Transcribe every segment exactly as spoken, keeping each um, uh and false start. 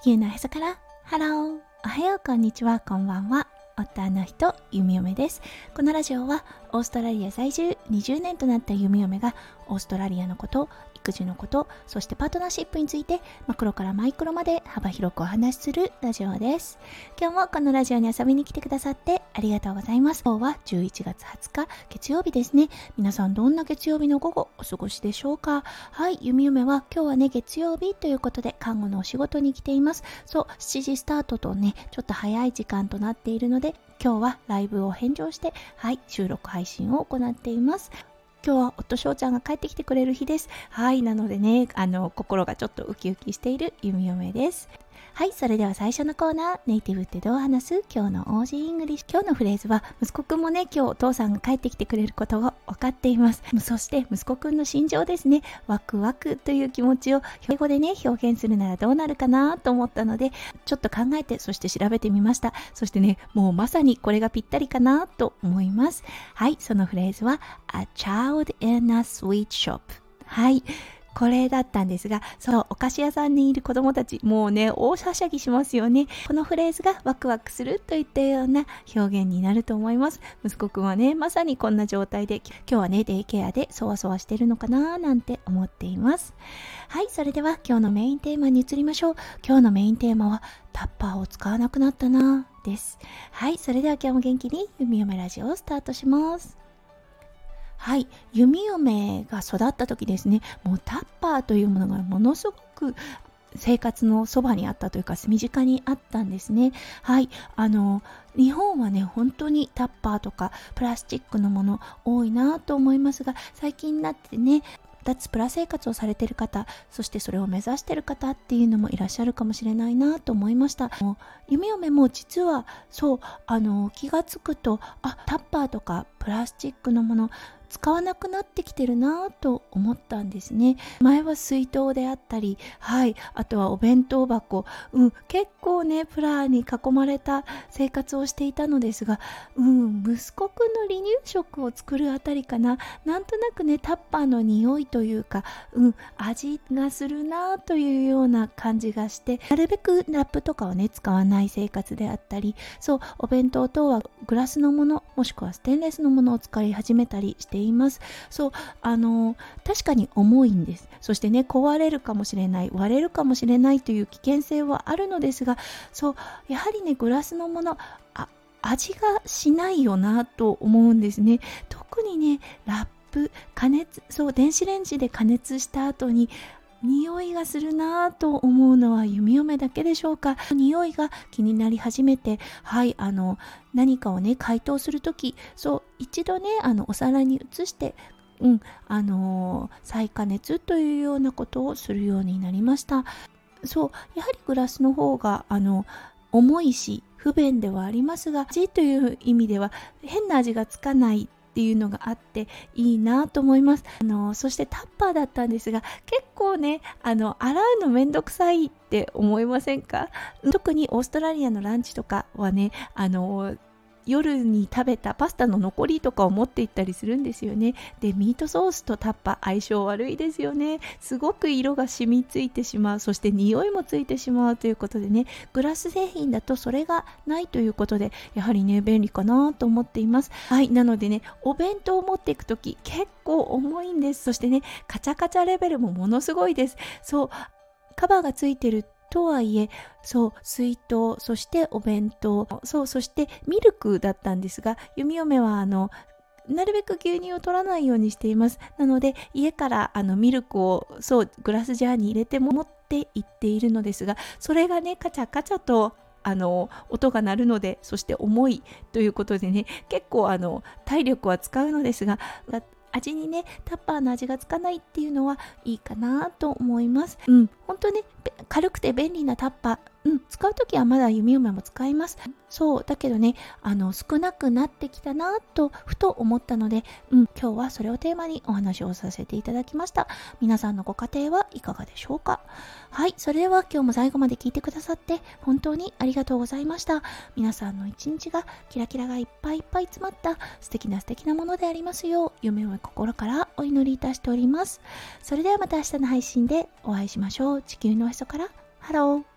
球のへそからハロー、おはよう、こんにちは、こんばんは。夫の人、ゆみおめです。このラジオはオーストラリア在住にじゅうねんとなったゆみおめがオーストラリアのこと、育児のこと、そしてパートナーシップについてマクロからマイクロまで幅広くお話しするラジオです。今日もこのラジオに遊びに来てくださってありがとうございます。今日はじゅういちがつはつか月曜日ですね。皆さんどんな月曜日の午後お過ごしでしょうか。はい、ゆみおめは今日はね月曜日ということで看護のお仕事に来ています。そう、しちじスタートとねちょっと早い時間となっているので、今日はライブを返上してはい収録配信を行っています。今日は夫翔ちゃんが帰ってきてくれる日です。はい、なのでねあの心がちょっとウキウキしているゆみおめです。はい、それでは最初のコーナー、ネイティブってどう話す？今日の オージー イングリッシュ。今日のフレーズは、息子くんもね今日お父さんが帰ってきてくれることが分かっています。そして息子くんの心情ですね、ワクワクという気持ちを英語でね表現するならどうなるかなと思ったので、ちょっと考えてそして調べてみました。そしてねもうまさにこれがぴったりかなと思います。はい、そのフレーズは A child in a sweet shop。 はい、これだったんですが、そう、お菓子屋さんにいる子供たち、もうね大はしゃぎしますよね。このフレーズがワクワクするといったような表現になると思います。息子くんはねまさにこんな状態で、今日はねデイケアでそわそわしてるのかななんて思っています。はい、それでは今日のメインテーマに移りましょう。今日のメインテーマはタッパーを使わなくなったなです。はい、それでは今日も元気にゆみおめラジオをスタートします。はい、ゆみおめが育った時ですね、もうタッパーというものがものすごく生活のそばにあったというか身近にあったんですね。はい、あの日本はね本当にタッパーとかプラスチックのもの多いなと思いますが、最近になってね脱プラ生活をされている方、そしてそれを目指している方っていうのもいらっしゃるかもしれないなと思いました。ゆみおめも実はそうあの気がつくと、あ、タッパーとかプラスチックのもの使わなくなってきてるなと思ったんですね。前は水筒であったり、はい、あとはお弁当箱、うん、結構ねプラに囲まれた生活をしていたのですが、うん、息子くんの離乳食を作るあたりかな、なんとなくねタッパーの匂いというか、うん、味がするなというような感じがして、なるべくラップとかをね使わない生活であったり、そうお弁当等はグラスのものもしくはステンレスのものを使い始めたりしています。そうあの確かに重いんです。そしてね壊れるかもしれない、割れるかもしれないという危険性はあるのですが、そうやはりねグラスのもの、あ味がしないよなと思うんですね。特にねラップ加熱、そう電子レンジで加熱した後に匂いがするなぁと思うのはゆみおめだけでしょうか。匂いが気になり始めて、はいあの何かをね解凍するとき、そう一度ねあのお皿に移してうんあのー、再加熱というようなことをするようになりました。そうやはりグラスの方があの重いし不便ではありますが、味という意味では変な味がつかないっていうのがあっていいなと思います。あのそしてタッパーだったんですが、結構ねあの洗うのめんどくさいって思いませんか？特にオーストラリアのランチとかはねあの夜に食べたパスタの残りとかを持って行ったりするんですよね。でミートソースとタッパー相性悪いですよね。すごく色が染みついてしまう、そして匂いもついてしまうということでね、グラス製品だとそれがないということでやはりね便利かなと思っています。はい、なのでねお弁当を持っていくとき結構重いんです。そしてねカチャカチャレベルもものすごいです。そうカバーがついてるとはいえ、そう水筒、そしてお弁当、そうそしてミルクだったんですが、ゆみおめはあのなるべく牛乳を取らないようにしています。なので家からあのミルクをそうグラスジャーに入れて持って行っているのですが、それがねカチャカチャとあの音が鳴るので、そして重いということでね結構あの体力は使うのですが、味にねタッパーの味がつかないっていうのはいいかなと思います。うん、本当ね軽くて便利なタッパー、うん、使うときはまだ弓嫁も使います。そうだけどねあの少なくなってきたなとふと思ったので、うん、今日はそれをテーマにお話をさせていただきました。皆さんのご家庭はいかがでしょうか？はい、それでは今日も最後まで聞いてくださって本当にありがとうございました。皆さんの一日がキラキラがいっぱいいっぱい詰まった素敵な素敵なものでありますよう、夢を心からお祈りいたしております。それではまた明日の配信でお会いしましょう。地球のおへそからハロー。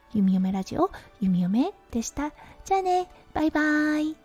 弓嫁ラジオ弓嫁でした。じゃあね、バイバイ。